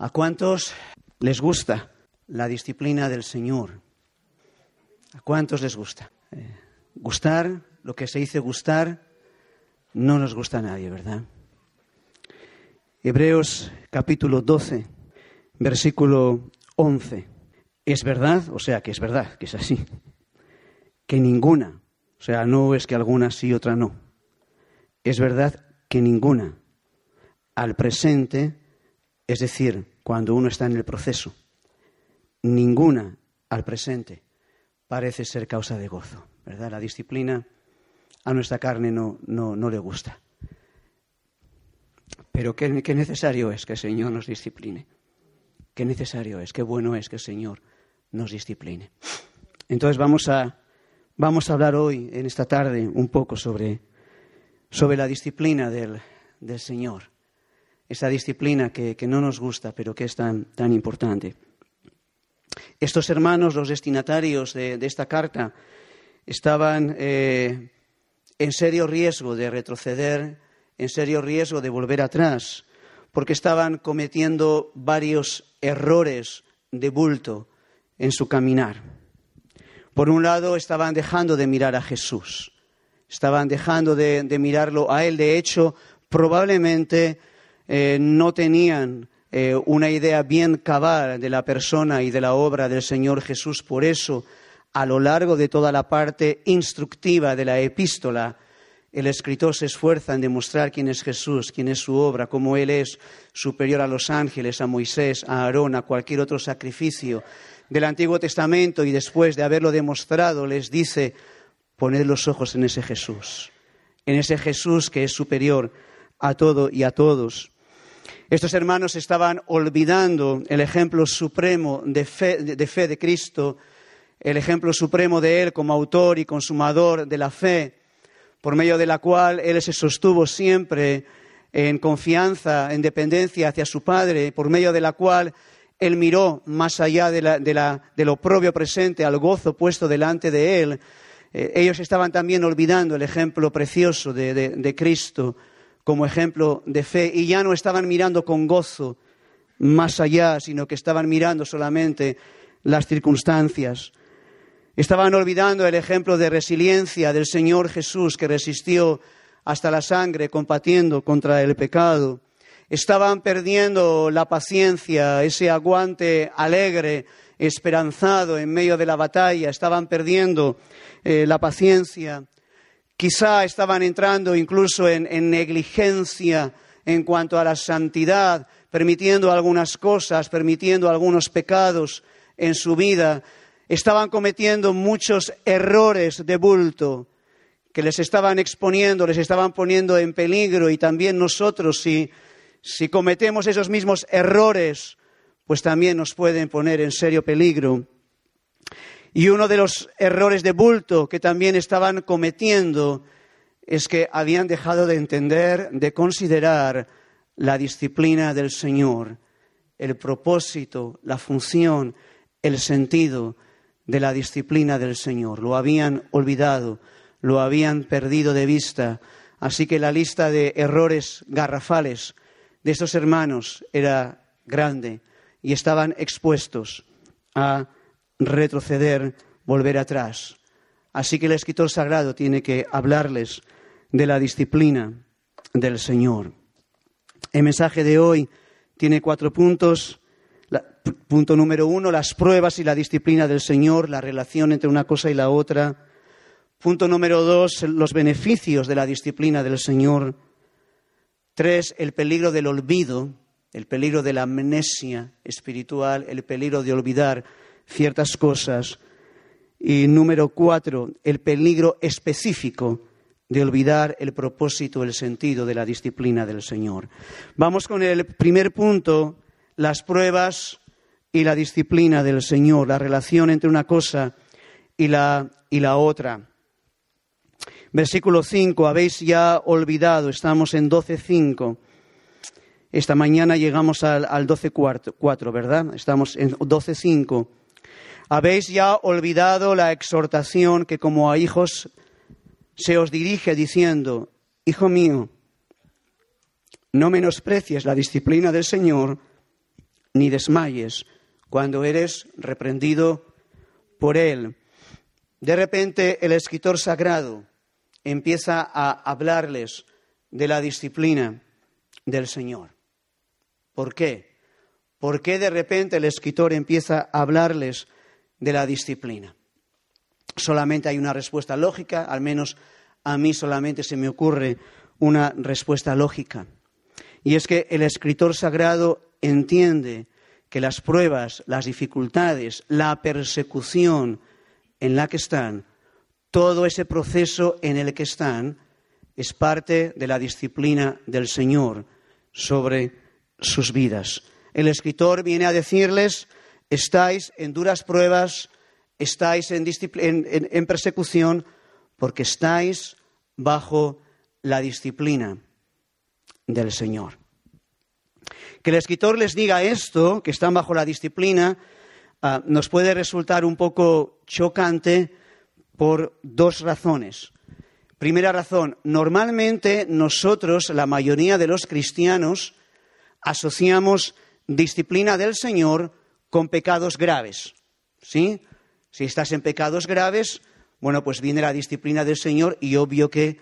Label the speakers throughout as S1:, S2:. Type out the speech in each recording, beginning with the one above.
S1: ¿A cuántos les gusta la disciplina del Señor? ¿A cuántos les gusta? Gustar, lo que se dice gustar, no nos gusta a nadie, ¿verdad? Hebreos capítulo 12, versículo 11. Es verdad, o sea, que es verdad, que es así, que ninguna, o sea, no es que alguna sí, otra no. Es verdad que ninguna, al presente, es decir, cuando uno está en el proceso, ninguna al presente parece ser causa de gozo, ¿verdad? La disciplina a nuestra carne no le gusta. Pero qué necesario es que el Señor nos discipline. Qué necesario es, qué bueno es que el Señor nos discipline. Entonces vamos a hablar hoy, en esta tarde, un poco sobre la disciplina del Señor. Esa disciplina que no nos gusta, pero que es tan importante. Estos hermanos, los destinatarios de esta carta, estaban en serio riesgo de retroceder, en serio riesgo de volver atrás, porque estaban cometiendo varios errores de bulto en su caminar. Por un lado, estaban dejando de mirar a Jesús, estaban dejando de mirarlo a Él. De hecho, probablemente no tenían una idea bien cabal de la persona y de la obra del Señor Jesús. Por eso, a lo largo de toda la parte instructiva de la epístola, el escritor se esfuerza en demostrar quién es Jesús, quién es su obra, cómo Él es superior a los ángeles, a Moisés, a Aarón, a cualquier otro sacrificio del Antiguo Testamento. Y después de haberlo demostrado, les dice: poned los ojos en ese Jesús que es superior a todo y a todos. Estos hermanos estaban olvidando el ejemplo supremo de fe de Cristo, el ejemplo supremo de Él como autor y consumador de la fe, por medio de la cual Él se sostuvo siempre en confianza, en dependencia hacia su Padre, por medio de la cual Él miró más allá de lo propio presente al gozo puesto delante de Él. Ellos estaban también olvidando el ejemplo precioso de Cristo como ejemplo de fe, y ya no estaban mirando con gozo más allá, sino que estaban mirando solamente las circunstancias. Estaban olvidando el ejemplo de resiliencia del Señor Jesús, que resistió hasta la sangre combatiendo contra el pecado. Estaban perdiendo la paciencia, ese aguante alegre, esperanzado en medio de la batalla. Estaban perdiendo la paciencia. Quizá estaban entrando incluso en negligencia en cuanto a la santidad, permitiendo algunas cosas, permitiendo algunos pecados en su vida. Estaban cometiendo muchos errores de bulto que les estaban exponiendo, les estaban poniendo en peligro. Y también nosotros, si cometemos esos mismos errores, pues también nos pueden poner en serio peligro. Y uno de los errores de bulto que también estaban cometiendo es que habían dejado de entender, de considerar la disciplina del Señor, el propósito, la función, el sentido de la disciplina del Señor. Lo habían olvidado, lo habían perdido de vista. Así que la lista de errores garrafales de estos hermanos era grande y estaban expuestos a retroceder, volver atrás. Así que el escritor sagrado tiene que hablarles de la disciplina del Señor. El mensaje de hoy tiene 4 puntos. Punto número 1, las pruebas y la disciplina del Señor, la relación entre una cosa y la otra. Punto número 2, los beneficios de la disciplina del Señor. 3, el peligro del olvido, el peligro de la amnesia espiritual, el peligro de olvidar ciertas cosas. Y número 4, el peligro específico de olvidar el propósito, el sentido de la disciplina del Señor. Vamos con el primer punto, las pruebas y la disciplina del Señor, la relación entre una cosa y la otra. Versículo 5, habéis ya olvidado, estamos en 12:5. Esta mañana llegamos al 12:4, ¿verdad? Estamos en 12:5. Habéis ya olvidado la exhortación que como a hijos se os dirige diciendo: Hijo mío, no menosprecies la disciplina del Señor, ni desmayes cuando eres reprendido por Él. De repente el escritor sagrado empieza a hablarles de la disciplina del Señor. ¿Por qué? ¿Por qué de repente el escritor empieza a hablarles de la disciplina? Solamente hay una respuesta lógica, al menos a mí solamente se me ocurre una respuesta lógica. Y es que el escritor sagrado entiende que las pruebas, las dificultades, la persecución en la que están, todo ese proceso en el que están, es parte de la disciplina del Señor sobre sus vidas. El escritor viene a decirles, estáis en duras pruebas, estáis en persecución, porque estáis bajo la disciplina del Señor. Que el escritor les diga esto, que están bajo la disciplina, nos puede resultar un poco chocante por dos razones. Primera razón, normalmente nosotros, la mayoría de los cristianos, asociamos disciplina del Señor con pecados graves, ¿sí? Si estás en pecados graves, bueno, pues viene la disciplina del Señor y obvio que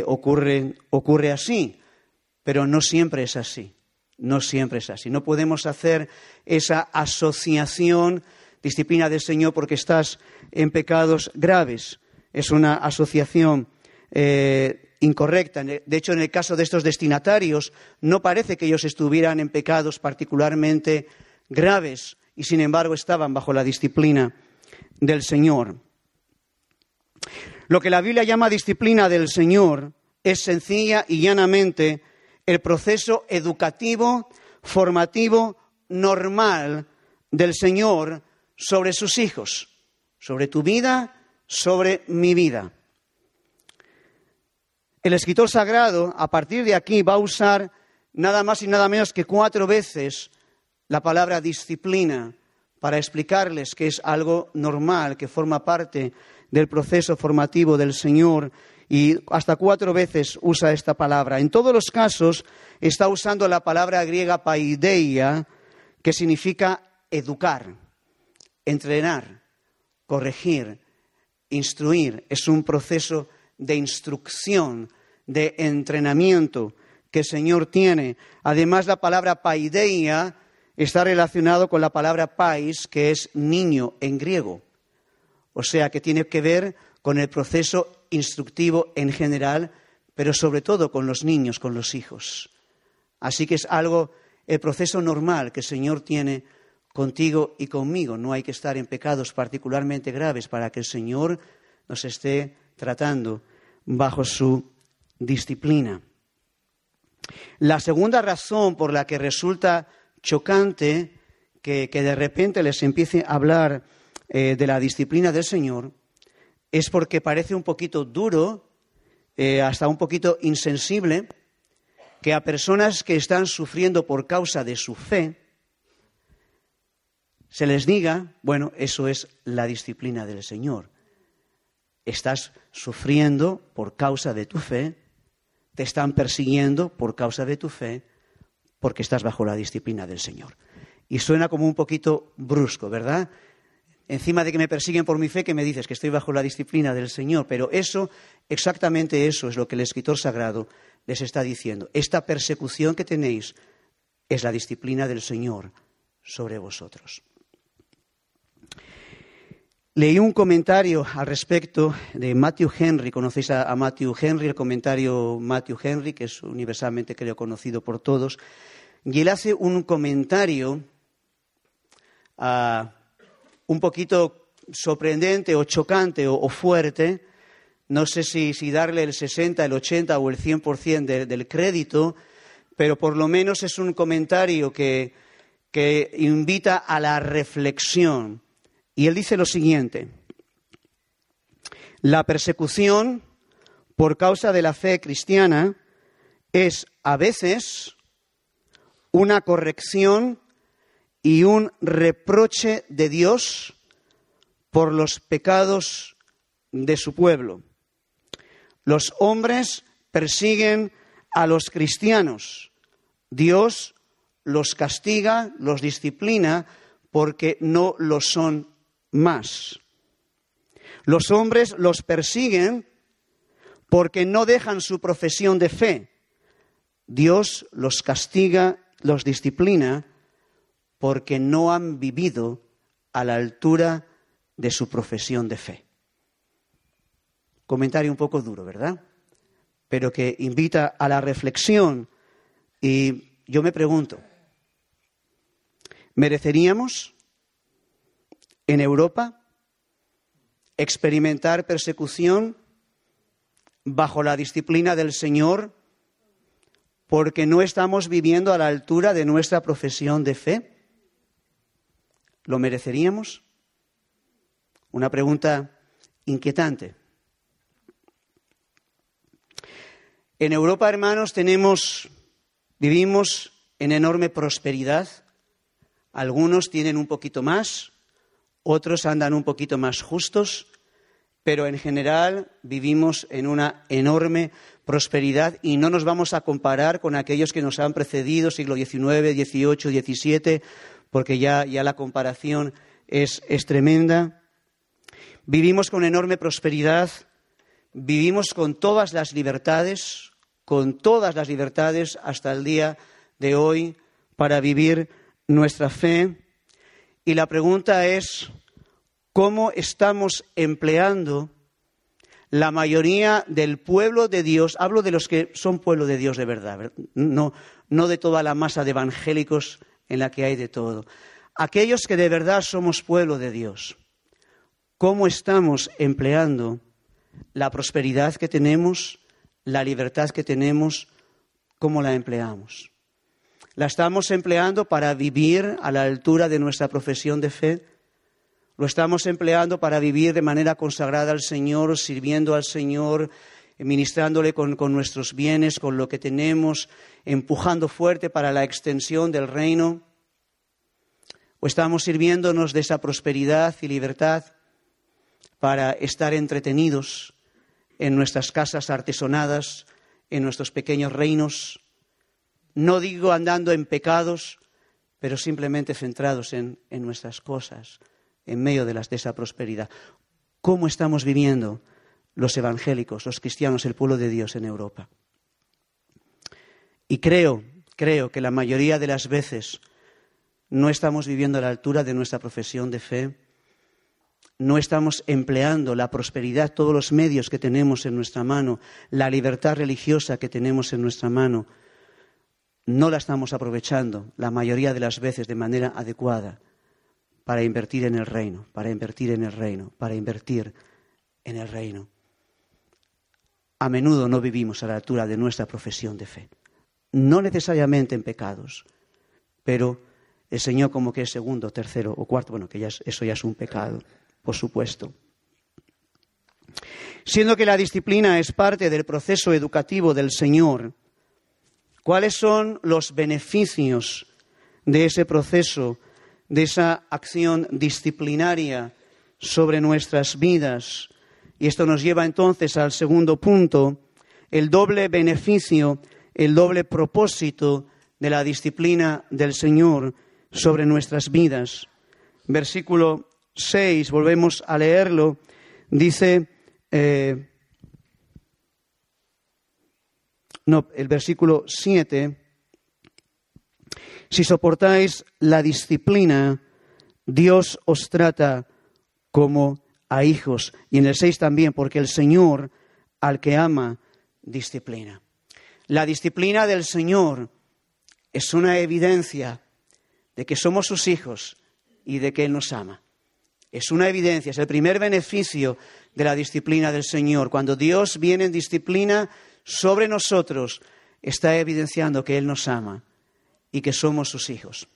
S1: ocurre así, pero no siempre es así. No siempre es así. No podemos hacer esa asociación, disciplina del Señor, porque estás en pecados graves. Es una asociación incorrecta. De hecho, en el caso de estos destinatarios, no parece que ellos estuvieran en pecados particularmente graves y, sin embargo, estaban bajo la disciplina del Señor. Lo que la Biblia llama disciplina del Señor es sencilla y llanamente el proceso educativo, formativo, normal del Señor sobre sus hijos, sobre tu vida, sobre mi vida. El escritor sagrado, a partir de aquí, va a usar nada más y nada menos que 4 veces la palabra disciplina para explicarles que es algo normal, que forma parte del proceso formativo del Señor, y hasta 4 veces usa esta palabra. En todos los casos está usando la palabra griega paideia, que significa educar, entrenar, corregir, instruir. Es un proceso de instrucción, de entrenamiento que el Señor tiene. Además, la palabra paideia está relacionado con la palabra pais, que es niño en griego. O sea, que tiene que ver con el proceso instructivo en general, pero sobre todo con los niños, con los hijos. Así que es el proceso normal que el Señor tiene contigo y conmigo. No hay que estar en pecados particularmente graves para que el Señor nos esté tratando bajo su disciplina. La segunda razón por la que resulta chocante que de repente les empiece a hablar de la disciplina del Señor es porque parece un poquito duro, hasta un poquito insensible, que a personas que están sufriendo por causa de su fe se les diga, bueno, eso es la disciplina del Señor. Estás sufriendo por causa de tu fe, te están persiguiendo por causa de tu fe, porque estás bajo la disciplina del Señor. Y suena como un poquito brusco, ¿verdad? Encima de que me persiguen por mi fe, que me dices que estoy bajo la disciplina del Señor. Pero exactamente eso es lo que el escritor sagrado les está diciendo. Esta persecución que tenéis es la disciplina del Señor sobre vosotros. Leí un comentario al respecto de Matthew Henry. Conocéis a Matthew Henry, el comentario Matthew Henry, que es universalmente, creo, conocido por todos. Y él hace un comentario un poquito sorprendente o chocante o fuerte. No sé si darle el 60, el 80 o el 100% del crédito, pero por lo menos es un comentario que invita a la reflexión. Y él dice lo siguiente: la persecución por causa de la fe cristiana es a veces una corrección y un reproche de Dios por los pecados de su pueblo. Los hombres persiguen a los cristianos. Dios los castiga, los disciplina, porque no lo son más. Los hombres los persiguen porque no dejan su profesión de fe. Dios los castiga, los disciplina, porque no han vivido a la altura de su profesión de fe. Comentario un poco duro, ¿verdad? Pero que invita a la reflexión. Y yo me pregunto, ¿mereceríamos en Europa experimentar persecución bajo la disciplina del Señor porque no estamos viviendo a la altura de nuestra profesión de fe? ¿Lo mereceríamos? Una pregunta inquietante. En Europa, hermanos, vivimos en enorme prosperidad. Algunos tienen un poquito más, otros andan un poquito más justos, pero en general vivimos en una enorme prosperidad y no nos vamos a comparar con aquellos que nos han precedido, siglo XIX, XVIII, XVII, porque ya la comparación es tremenda. Vivimos con enorme prosperidad, vivimos con todas las libertades hasta el día de hoy para vivir nuestra fe. Y la pregunta es, ¿cómo estamos empleando la mayoría del pueblo de Dios? Hablo de los que son pueblo de Dios de verdad, no de toda la masa de evangélicos en la que hay de todo. Aquellos que de verdad somos pueblo de Dios, ¿cómo estamos empleando la prosperidad que tenemos, la libertad que tenemos? ¿Cómo la empleamos? ¿La estamos empleando para vivir a la altura de nuestra profesión de fe? ¿Lo estamos empleando para vivir de manera consagrada al Señor, sirviendo al Señor, ministrándole con nuestros bienes, con lo que tenemos, empujando fuerte para la extensión del reino? ¿O estamos sirviéndonos de esa prosperidad y libertad para estar entretenidos en nuestras casas artesonadas, en nuestros pequeños reinos? No digo andando en pecados, pero simplemente centrados en nuestras cosas, en medio de esa prosperidad. ¿Cómo estamos viviendo los evangélicos, los cristianos, el pueblo de Dios en Europa? Y creo que la mayoría de las veces no estamos viviendo a la altura de nuestra profesión de fe, no estamos empleando la prosperidad, todos los medios que tenemos en nuestra mano, la libertad religiosa que tenemos en nuestra mano, no la estamos aprovechando la mayoría de las veces de manera adecuada para invertir en el reino, para invertir en el reino, para invertir en el reino. A menudo no vivimos a la altura de nuestra profesión de fe. No necesariamente en pecados, pero el Señor como que es segundo, tercero o cuarto, bueno, que eso ya es un pecado, por supuesto. Siendo que la disciplina es parte del proceso educativo del Señor, ¿cuáles son los beneficios de ese proceso, de esa acción disciplinaria sobre nuestras vidas? Y esto nos lleva entonces al segundo punto, el doble beneficio, el doble propósito de la disciplina del Señor sobre nuestras vidas. Versículo 6, volvemos a leerlo, dice, el versículo 7, si soportáis la disciplina, Dios os trata como a hijos. Y en el 6 también, porque el Señor al que ama, disciplina. La disciplina del Señor es una evidencia de que somos sus hijos y de que Él nos ama. Es una evidencia, es el primer beneficio de la disciplina del Señor. Cuando Dios viene en disciplina sobre nosotros, está evidenciando que Él nos ama y que somos sus hijos.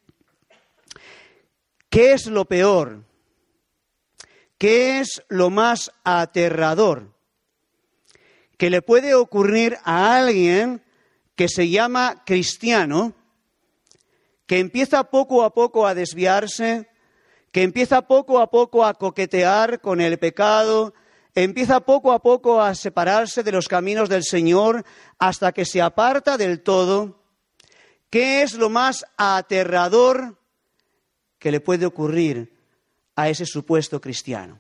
S1: ¿Qué es lo peor? ¿Qué es lo más aterrador que le puede ocurrir a alguien que se llama cristiano, que empieza poco a poco a desviarse, que empieza poco a poco a coquetear con el pecado, empieza poco a poco a separarse de los caminos del Señor hasta que se aparta del todo ¿Qué es lo más aterrador que le puede ocurrir a ese supuesto cristiano?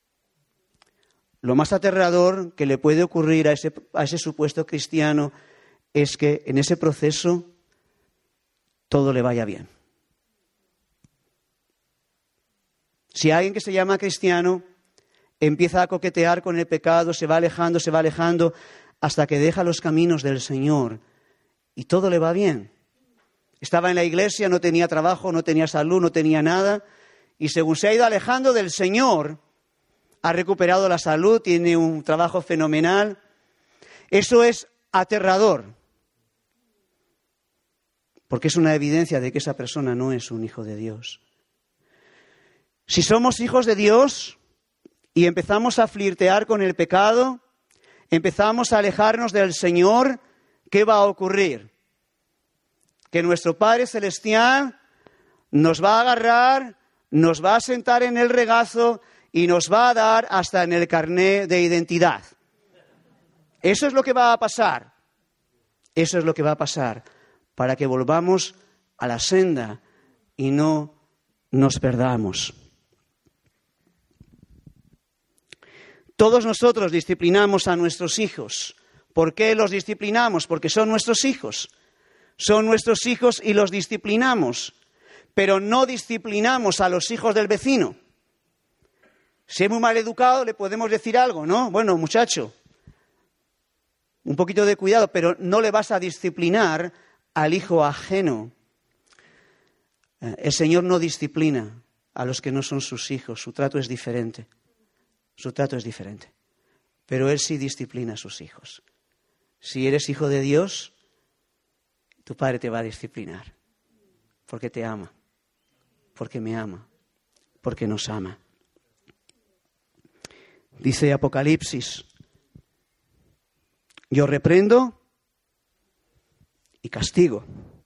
S1: Lo más aterrador que le puede ocurrir a ese supuesto cristiano es que en ese proceso todo le vaya bien. Si alguien que se llama cristiano empieza a coquetear con el pecado, se va alejando, hasta que deja los caminos del Señor y todo le va bien. Estaba en la iglesia, no tenía trabajo, no tenía salud, no tenía nada, y según se ha ido alejando del Señor, ha recuperado la salud, tiene un trabajo fenomenal. Eso es aterrador, porque es una evidencia de que esa persona no es un hijo de Dios. Si somos hijos de Dios y empezamos a flirtear con el pecado, empezamos a alejarnos del Señor, ¿qué va a ocurrir? Que nuestro Padre Celestial nos va a agarrar, nos va a sentar en el regazo y nos va a dar hasta en el carné de identidad. Eso es lo que va a pasar. Eso es lo que va a pasar para que volvamos a la senda y no nos perdamos. Todos nosotros disciplinamos a nuestros hijos. ¿Por qué los disciplinamos? Porque son nuestros hijos. Son nuestros hijos y los disciplinamos. Pero no disciplinamos a los hijos del vecino. Si es muy mal educado, le podemos decir algo, ¿no? Bueno, muchacho, un poquito de cuidado, pero no le vas a disciplinar al hijo ajeno. El Señor no disciplina a los que no son sus hijos. Su trato es diferente. Su trato es diferente. Pero Él sí disciplina a sus hijos. Si eres hijo de Dios, tu Padre te va a disciplinar. Porque te ama. Porque me ama. Porque nos ama. Dice Apocalipsis: yo reprendo y castigo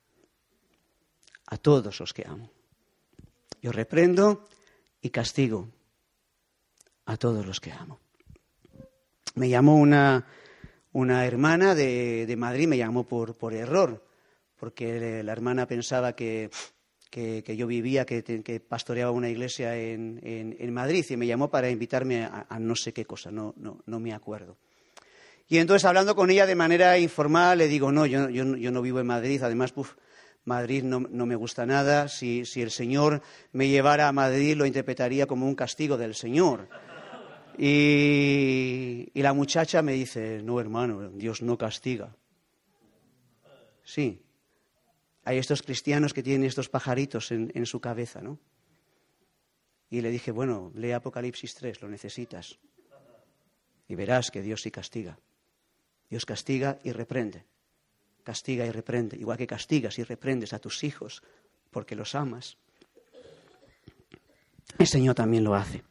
S1: a todos los que amo. Yo reprendo y castigo a todos los que amo. Me llamó una hermana de Madrid, me llamó por error, porque la hermana pensaba que yo vivía, que pastoreaba una iglesia en Madrid, y me llamó para invitarme a no sé qué cosa, no me acuerdo. Y entonces, hablando con ella de manera informal, le digo, no, yo no vivo en Madrid, además, Madrid no me gusta nada. Si el Señor me llevara a Madrid, lo interpretaría como un castigo del Señor. Y la muchacha me dice, no, hermano, Dios no castiga. Sí, hay estos cristianos que tienen estos pajaritos en su cabeza, ¿no? Y le dije, bueno, lee Apocalipsis 3, lo necesitas. Y verás que Dios sí castiga. Dios castiga y reprende. Castiga y reprende. Igual que castigas y reprendes a tus hijos porque los amas. El Señor también lo hace.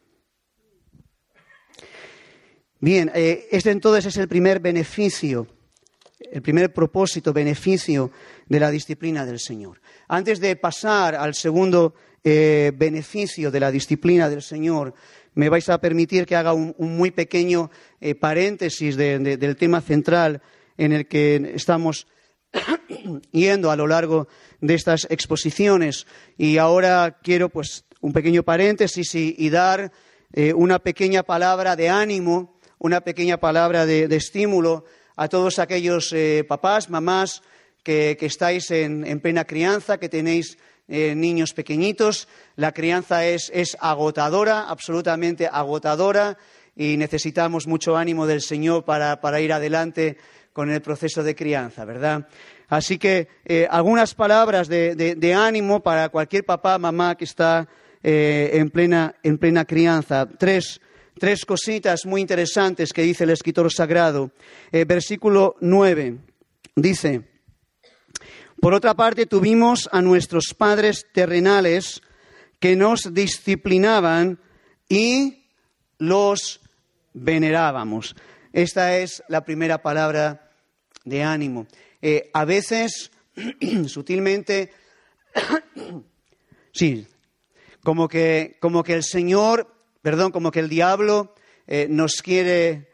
S1: Bien, este entonces es el primer beneficio, el primer propósito, beneficio de la disciplina del Señor. Antes de pasar al segundo beneficio de la disciplina del Señor, me vais a permitir que haga un muy pequeño paréntesis del tema central en el que estamos yendo a lo largo de estas exposiciones. Y ahora quiero un pequeño paréntesis y dar una pequeña palabra de ánimo, una pequeña palabra de estímulo a todos aquellos papás, mamás que estáis en plena crianza, que tenéis niños pequeñitos. La crianza es agotadora, absolutamente agotadora, y necesitamos mucho ánimo del Señor para ir adelante con el proceso de crianza, ¿verdad? Así que algunas palabras de ánimo para cualquier papá, mamá que está en plena crianza. Tres cositas muy interesantes que dice el escritor sagrado. Versículo 9 dice: por otra parte, tuvimos a nuestros padres terrenales que nos disciplinaban y los venerábamos. Esta es la primera palabra de ánimo. A veces, sutilmente, sí, como que el diablo nos quiere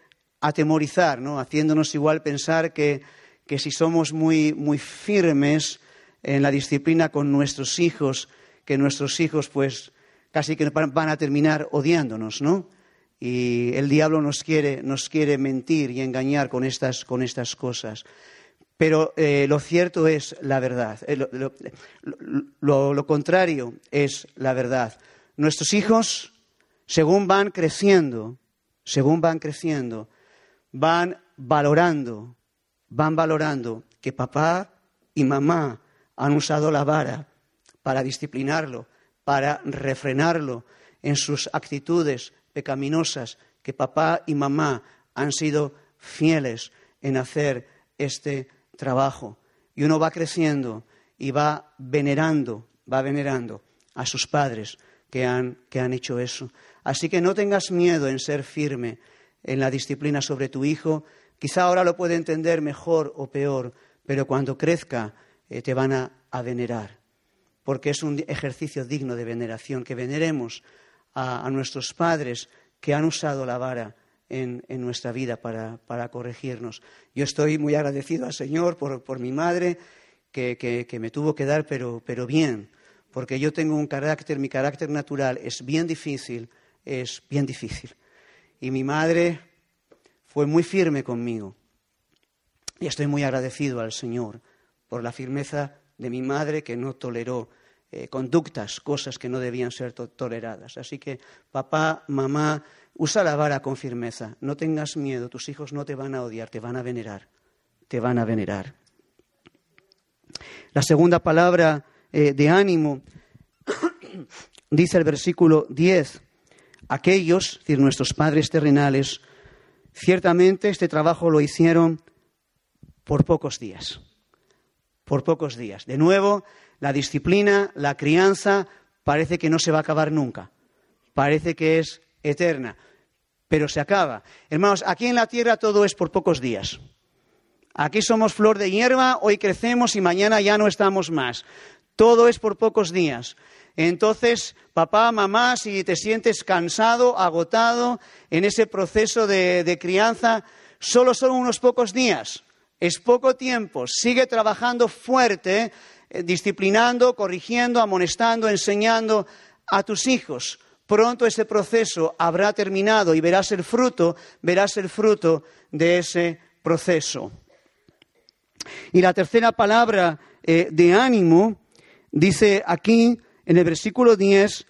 S1: atemorizar, ¿no? Haciéndonos igual pensar que si somos muy firmes, en la disciplina con nuestros hijos, que nuestros hijos pues casi que van a terminar odiándonos, ¿no? Y el diablo nos quiere mentir y engañar con estas cosas. Pero lo cierto es la verdad. Lo contrario es la verdad. Nuestros hijos, según van creciendo, van valorando que papá y mamá han usado la vara para disciplinarlo, para refrenarlo en sus actitudes pecaminosas, que papá y mamá han sido fieles en hacer este trabajo. Y uno va creciendo y va venerando a sus padres que han hecho eso. Así que no tengas miedo en ser firme en la disciplina sobre tu hijo. Quizá ahora lo puede entender mejor o peor, pero cuando crezca te van a venerar, porque es un ejercicio digno de veneración, que veneremos a nuestros padres que han usado la vara en nuestra vida para corregirnos. Yo estoy muy agradecido al Señor por mi madre, que me tuvo que dar, pero bien, porque yo tengo un carácter, mi carácter natural es bien difícil. Y mi madre fue muy firme conmigo. Y estoy muy agradecido al Señor por la firmeza de mi madre, que no toleró cosas que no debían ser toleradas. Así que, papá, mamá, usa la vara con firmeza. No tengas miedo, tus hijos no te van a odiar, te van a venerar. La segunda palabra de ánimo dice el versículo 10. Aquellos, es decir, nuestros padres terrenales, ciertamente este trabajo lo hicieron por pocos días. De nuevo, la disciplina, la crianza, parece que no se va a acabar nunca. Parece que es eterna, pero se acaba. Hermanos, aquí en la tierra todo es por pocos días. Aquí somos flor de hierba, hoy crecemos y mañana ya no estamos más. Todo es por pocos días. Entonces, papá, mamá, si te sientes cansado, agotado en ese proceso de crianza, solo son unos pocos días. Es poco tiempo. Sigue trabajando fuerte, disciplinando, corrigiendo, amonestando, enseñando a tus hijos. Pronto ese proceso habrá terminado y verás el fruto de ese proceso. Y la tercera palabra de ánimo dice aquí en el versículo 10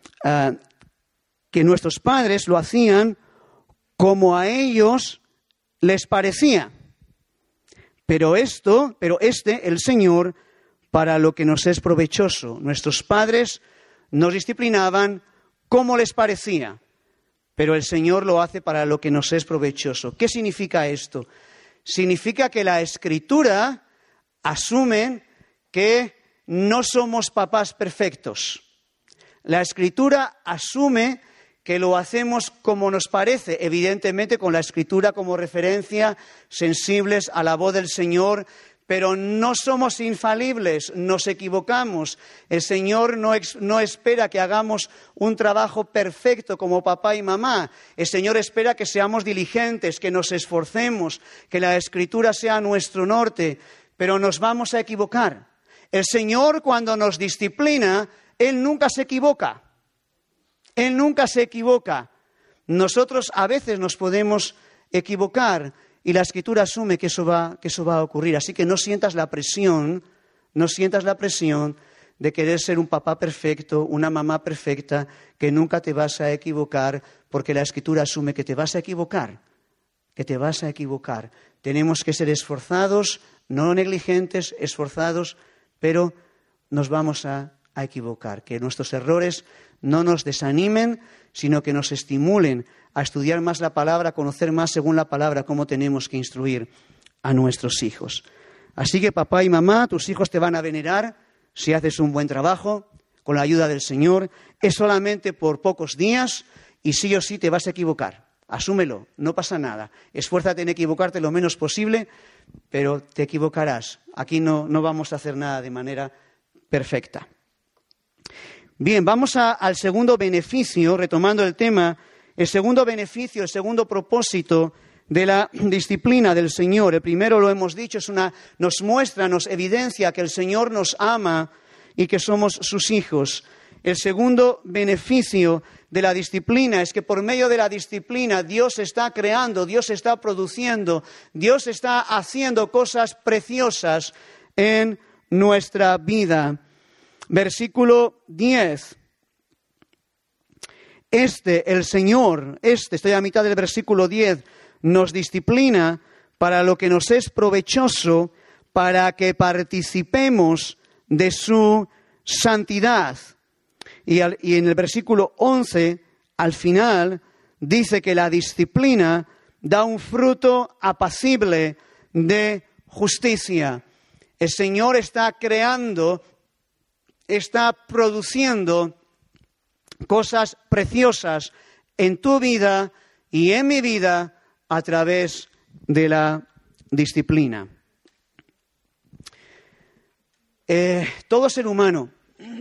S1: que nuestros padres lo hacían como a ellos les parecía. Pero el Señor, para lo que nos es provechoso. Nuestros padres nos disciplinaban como les parecía, pero el Señor lo hace para lo que nos es provechoso. ¿Qué significa esto? Significa que la Escritura asume que no somos papás perfectos. La Escritura asume que lo hacemos como nos parece, evidentemente con la Escritura como referencia, sensibles a la voz del Señor, pero no somos infalibles, nos equivocamos. El Señor no espera que hagamos un trabajo perfecto como papá y mamá. El Señor espera que seamos diligentes, que nos esforcemos, que la Escritura sea nuestro norte, pero nos vamos a equivocar. El Señor, cuando nos disciplina, Él nunca se equivoca. Él nunca se equivoca. Nosotros a veces nos podemos equivocar y la Escritura asume que eso va a ocurrir. Así que no sientas la presión de querer ser un papá perfecto, una mamá perfecta, que nunca te vas a equivocar, porque la Escritura asume que te vas a equivocar. Tenemos que ser esforzados, no negligentes, esforzados, pero nos vamos a equivocar. Que nuestros errores no nos desanimen, sino que nos estimulen a estudiar más la palabra, a conocer más según la palabra cómo tenemos que instruir a nuestros hijos. Así que papá y mamá, tus hijos te van a venerar si haces un buen trabajo con la ayuda del Señor. Es solamente por pocos días y sí o sí te vas a equivocar. Asúmelo, no pasa nada. Esfuérzate en equivocarte lo menos posible, pero te equivocarás. Aquí no vamos a hacer nada de manera perfecta. Bien, vamos al segundo beneficio, retomando el tema. El segundo beneficio, el segundo propósito de la disciplina del Señor. El primero, lo hemos dicho, nos muestra, nos evidencia que el Señor nos ama y que somos sus hijos. El segundo beneficio de la disciplina es que por medio de la disciplina Dios está creando, Dios está produciendo, Dios está haciendo cosas preciosas en nuestra vida. Versículo 10. El Señor, estoy a mitad del versículo 10, nos disciplina para lo que nos es provechoso, para que participemos de su santidad. Y en el versículo 11, al final, dice que la disciplina da un fruto apacible de justicia. El Señor está creando, está produciendo cosas preciosas en tu vida y en mi vida a través de la disciplina. Todo ser humano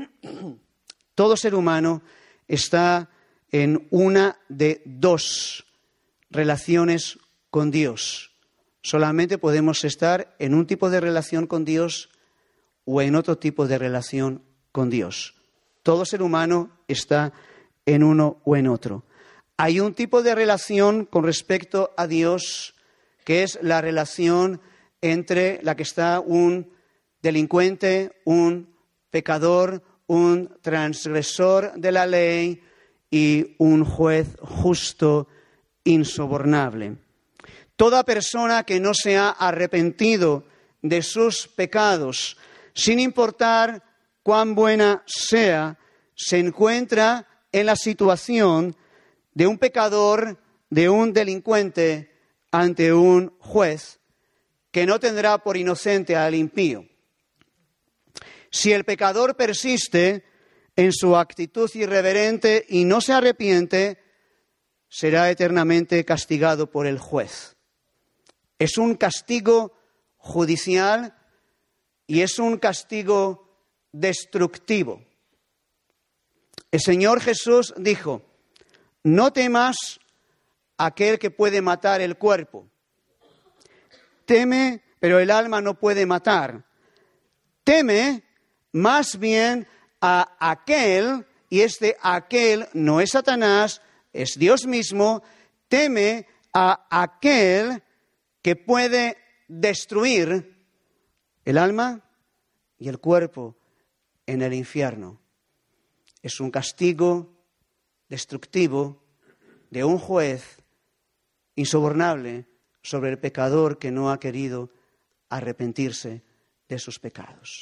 S1: está en una de dos relaciones con Dios. Solamente podemos estar en un tipo de relación con Dios o en otro tipo de relación con Dios. Todo ser humano está en uno o en otro. Hay un tipo de relación con respecto a Dios que es la relación entre la que está un delincuente, un pecador, un transgresor de la ley y un juez justo, insobornable. Toda persona que no se ha arrepentido de sus pecados, sin importar cuán buena sea, se encuentra en la situación de un pecador, de un delincuente ante un juez que no tendrá por inocente al impío. Si el pecador persiste en su actitud irreverente y no se arrepiente, será eternamente castigado por el juez. Es un castigo judicial y es un castigo destructivo. El Señor Jesús dijo: no temas a aquel que puede matar el cuerpo. Teme, pero el alma no puede matar. Teme más bien a aquel, y aquel no es Satanás, es Dios mismo, teme a aquel que puede destruir el alma y el cuerpo en el infierno. Es un castigo destructivo de un juez insobornable sobre el pecador que no ha querido arrepentirse de sus pecados.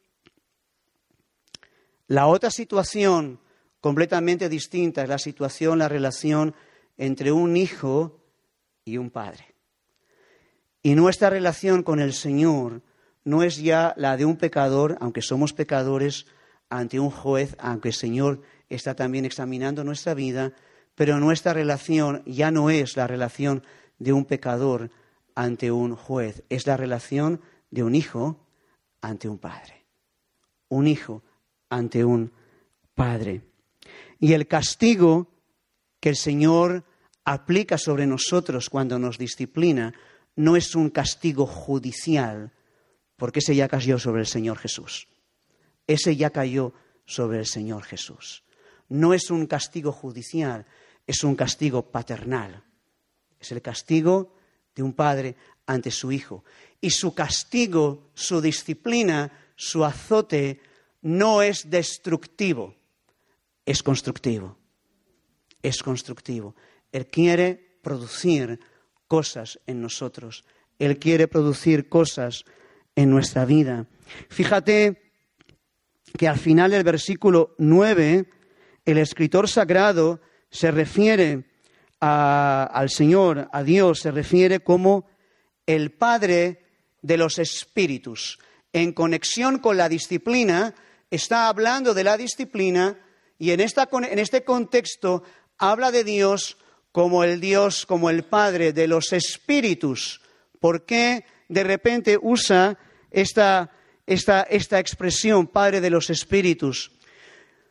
S1: La otra situación completamente distinta es la relación entre un hijo y un padre. Y nuestra relación con el Señor no es ya la de un pecador, aunque somos pecadores, ante un juez, aunque el Señor está también examinando nuestra vida, pero nuestra relación ya no es la relación de un pecador ante un juez, es la relación de un hijo ante un padre. Un hijo ante un padre. Y el castigo que el Señor aplica sobre nosotros cuando nos disciplina no es un castigo judicial, porque ese ya cayó sobre el Señor Jesús. Ese ya cayó sobre el Señor Jesús. No es un castigo judicial, es un castigo paternal. Es el castigo de un padre ante su hijo. Y su castigo, su disciplina, su azote no es destructivo, es constructivo. Es constructivo. Él quiere producir cosas en nosotros. Él quiere producir cosas en nuestra vida. Fíjate que al final del versículo 9, el escritor sagrado se refiere al Señor, a Dios, se refiere como el Padre de los espíritus. En conexión con la disciplina, está hablando de la disciplina y en este contexto habla de Dios, como el Padre de los espíritus. ¿Por qué de repente usa esta expresión, Padre de los espíritus?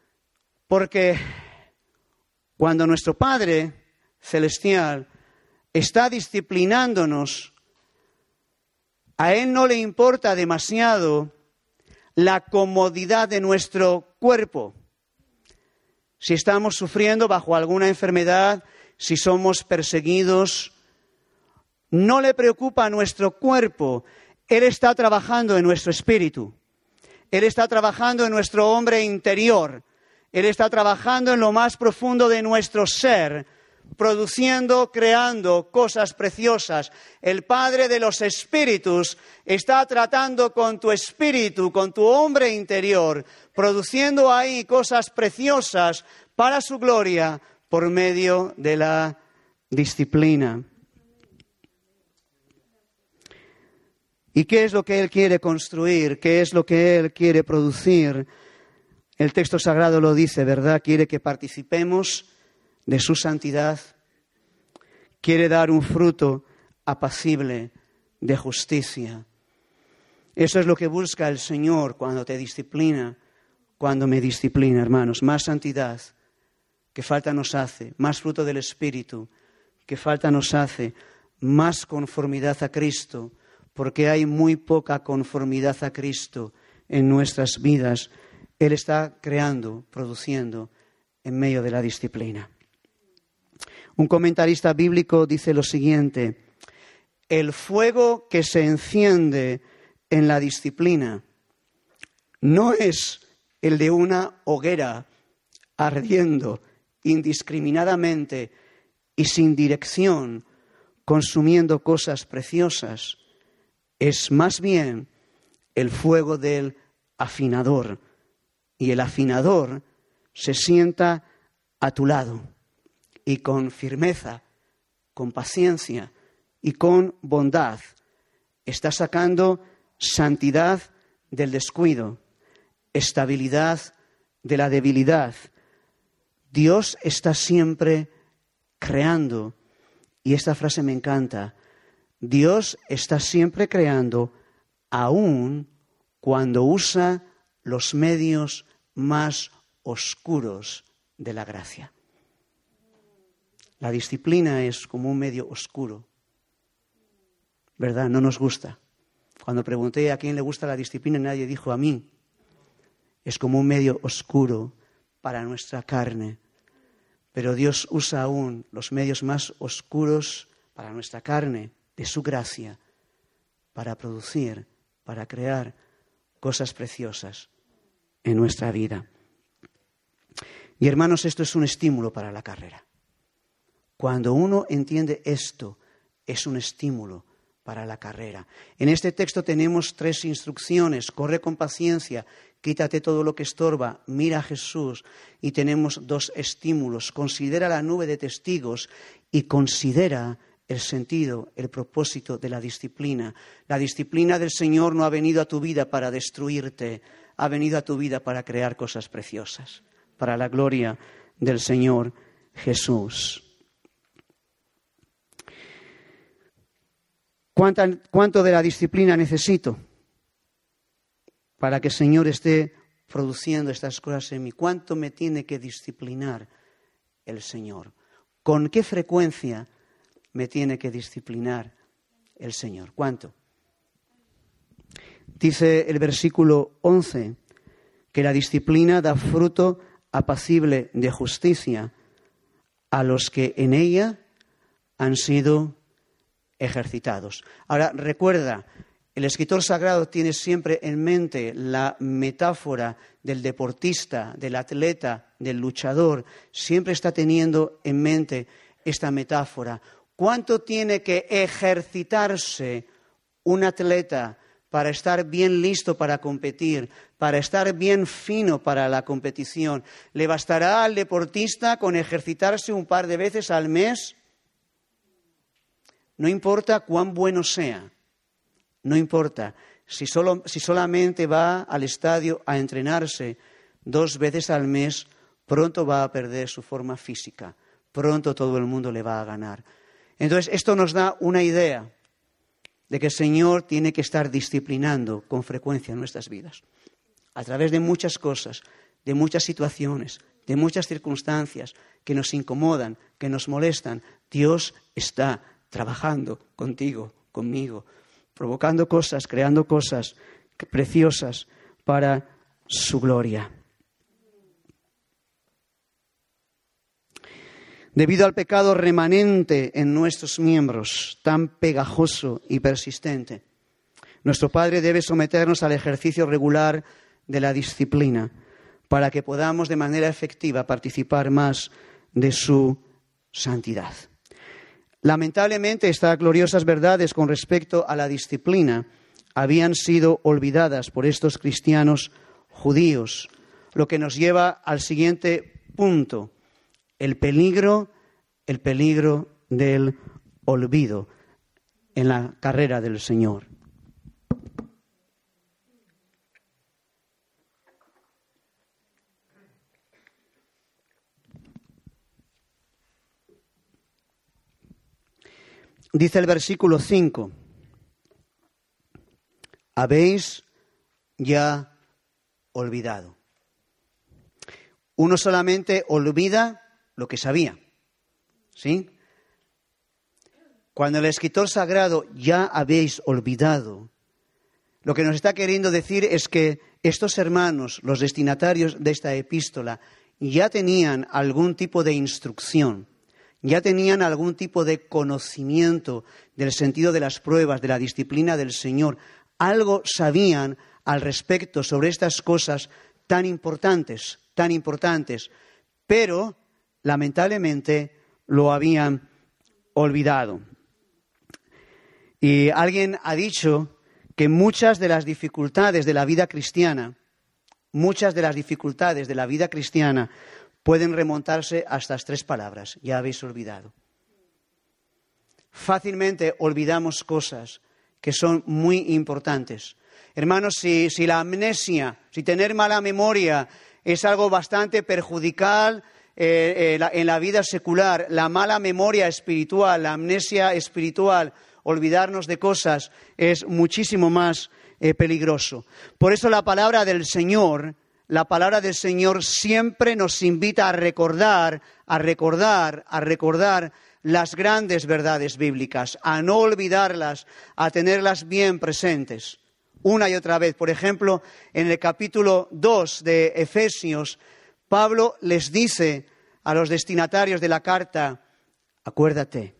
S1: Porque cuando nuestro Padre celestial está disciplinándonos, a Él no le importa demasiado la comodidad de nuestro cuerpo. Si estamos sufriendo bajo alguna enfermedad, si somos perseguidos, no le preocupa nuestro cuerpo. Él está trabajando en nuestro espíritu. Él está trabajando en nuestro hombre interior. Él está trabajando en lo más profundo de nuestro ser, produciendo, creando cosas preciosas. El Padre de los Espíritus está tratando con tu espíritu, con tu hombre interior, produciendo ahí cosas preciosas para su gloria por medio de la disciplina. ¿Y qué es lo que Él quiere construir? ¿Qué es lo que Él quiere producir? El texto sagrado lo dice, ¿verdad? Quiere que participemos de su santidad. Quiere dar un fruto apacible de justicia. Eso es lo que busca el Señor cuando te disciplina, cuando me disciplina, hermanos. Más santidad que falta nos hace, más fruto del Espíritu que falta nos hace, más conformidad a Cristo, porque hay muy poca conformidad a Cristo en nuestras vidas. Él está creando, produciendo en medio de la disciplina. Un comentarista bíblico dice lo siguiente: el fuego que se enciende en la disciplina no es el de una hoguera ardiendo indiscriminadamente y sin dirección, consumiendo cosas preciosas. Es más bien el fuego del afinador. Y el afinador se sienta a tu lado y con firmeza, con paciencia y con bondad está sacando santidad del descuido, estabilidad de la debilidad. Dios está siempre creando, y esta frase me encanta, Dios está siempre creando, aun cuando usa los medios más oscuros de la gracia. La disciplina es como un medio oscuro, ¿verdad? No nos gusta. Cuando pregunté a quién le gusta la disciplina, nadie dijo a mí. Es como un medio oscuro para nuestra carne. Pero Dios usa aún los medios más oscuros para nuestra carne, de su gracia, para producir, para crear cosas preciosas en nuestra vida. Y hermanos, esto es un estímulo para la carrera. Cuando uno entiende esto, es un estímulo para la carrera. En este texto tenemos 3 instrucciones: corre con paciencia, quítate todo lo que estorba, mira a Jesús. Y tenemos 2 estímulos: considera la nube de testigos y considera el sentido, el propósito de la disciplina. La disciplina del Señor no ha venido a tu vida para destruirte, ha venido a tu vida para crear cosas preciosas, para la gloria del Señor Jesús. ¿Cuánto de la disciplina necesito para que el Señor esté produciendo estas cosas en mí? ¿Cuánto me tiene que disciplinar el Señor? ¿Con qué frecuencia me tiene que disciplinar el Señor? ¿Cuánto? Dice el versículo 11 que la disciplina da fruto apacible de justicia a los que en ella han sido ejercitados. Ahora, recuerda, el escritor sagrado tiene siempre en mente la metáfora del deportista, del atleta, del luchador. Siempre está teniendo en mente esta metáfora. ¿Cuánto tiene que ejercitarse un atleta para estar bien listo para competir, para estar bien fino para la competición? ¿Le bastará al deportista con ejercitarse un par de veces al mes? No importa cuán bueno sea, no importa. Si solamente va al estadio a entrenarse 2 veces al mes, pronto va a perder su forma física, pronto todo el mundo le va a ganar. Entonces, esto nos da una idea de que el Señor tiene que estar disciplinando con frecuencia en nuestras vidas, a través de muchas cosas, de muchas situaciones, de muchas circunstancias que nos incomodan, que nos molestan. Dios está trabajando contigo, conmigo, provocando cosas, creando cosas preciosas para su gloria. Debido al pecado remanente en nuestros miembros, tan pegajoso y persistente, nuestro Padre debe someternos al ejercicio regular de la disciplina para que podamos de manera efectiva participar más de su santidad. Lamentablemente, estas gloriosas verdades con respecto a la disciplina habían sido olvidadas por estos cristianos judíos, lo que nos lleva al siguiente punto: el peligro del olvido en la carrera del Señor. Dice el versículo 5, habéis ya olvidado. Uno solamente olvida lo que sabía, ¿sí? Cuando el escritor sagrado ya habéis olvidado, lo que nos está queriendo decir es que estos hermanos, los destinatarios de esta epístola, ya tenían algún tipo de instrucción, ya tenían algún tipo de conocimiento del sentido de las pruebas, de la disciplina del Señor. Algo sabían al respecto sobre estas cosas tan importantes, pero lamentablemente lo habían olvidado. Y alguien ha dicho que muchas de las dificultades de la vida cristiana pueden remontarse a estas tres palabras: ya habéis olvidado. Fácilmente olvidamos cosas que son muy importantes. Hermanos, si la amnesia, si tener mala memoria es algo bastante perjudicial en la vida secular, la mala memoria espiritual, la amnesia espiritual, olvidarnos de cosas, es muchísimo más peligroso. Por eso la palabra del Señor siempre nos invita a recordar las grandes verdades bíblicas, a no olvidarlas, a tenerlas bien presentes una y otra vez. Por ejemplo, en el capítulo 2 de Efesios, Pablo les dice a los destinatarios de la carta: acuérdate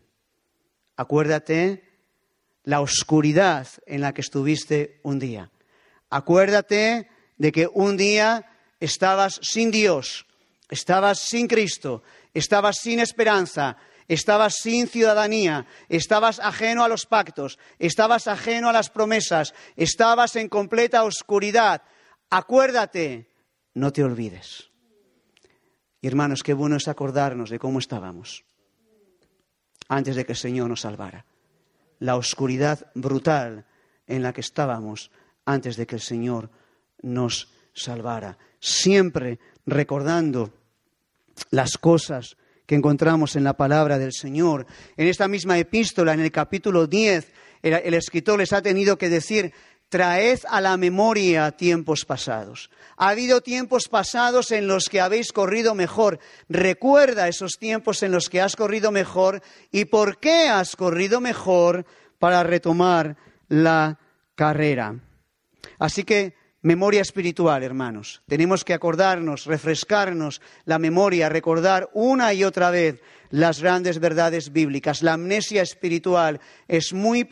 S1: la oscuridad en la que estuviste un día. Acuérdate de que un día estabas sin Dios, estabas sin Cristo, estabas sin esperanza, estabas sin ciudadanía, estabas ajeno a los pactos, estabas ajeno a las promesas, estabas en completa oscuridad. Acuérdate, no te olvides. Y hermanos, qué bueno es acordarnos de cómo estábamos antes de que el Señor nos salvara. La oscuridad brutal en la que estábamos antes de que el Señor nos salvara. Siempre recordando las cosas que encontramos en la palabra del Señor. En esta misma epístola, en el capítulo 10, el escritor les ha tenido que decir: traed a la memoria tiempos pasados. Ha habido tiempos pasados en los que habéis corrido mejor. Recuerda esos tiempos en los que has corrido mejor y por qué has corrido mejor para retomar la carrera. Así que memoria espiritual, hermanos. Tenemos que acordarnos, refrescarnos la memoria, recordar una y otra vez las grandes verdades bíblicas. La amnesia espiritual es muy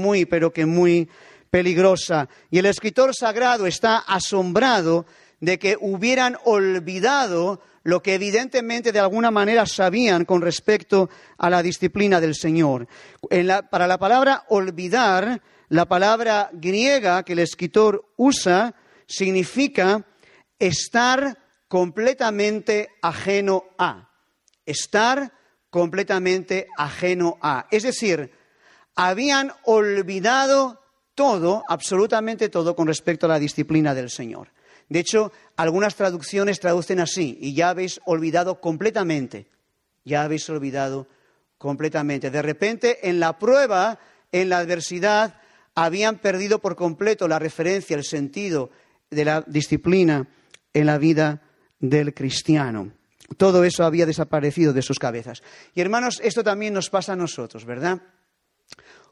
S1: peligrosa. Y el escritor sagrado está asombrado de que hubieran olvidado lo que evidentemente de alguna manera sabían con respecto a la disciplina del Señor. Para la palabra olvidar, la palabra griega que el escritor usa significa estar completamente ajeno a. Estar completamente ajeno a. Es decir, habían olvidado todo, absolutamente todo, con respecto a la disciplina del Señor. De hecho, algunas traducciones traducen así: y ya habéis olvidado completamente. Ya habéis olvidado completamente. De repente, en la prueba, en la adversidad, habían perdido por completo la referencia, el sentido de la disciplina en la vida del cristiano. Todo eso había desaparecido de sus cabezas. Y hermanos, esto también nos pasa a nosotros, ¿verdad?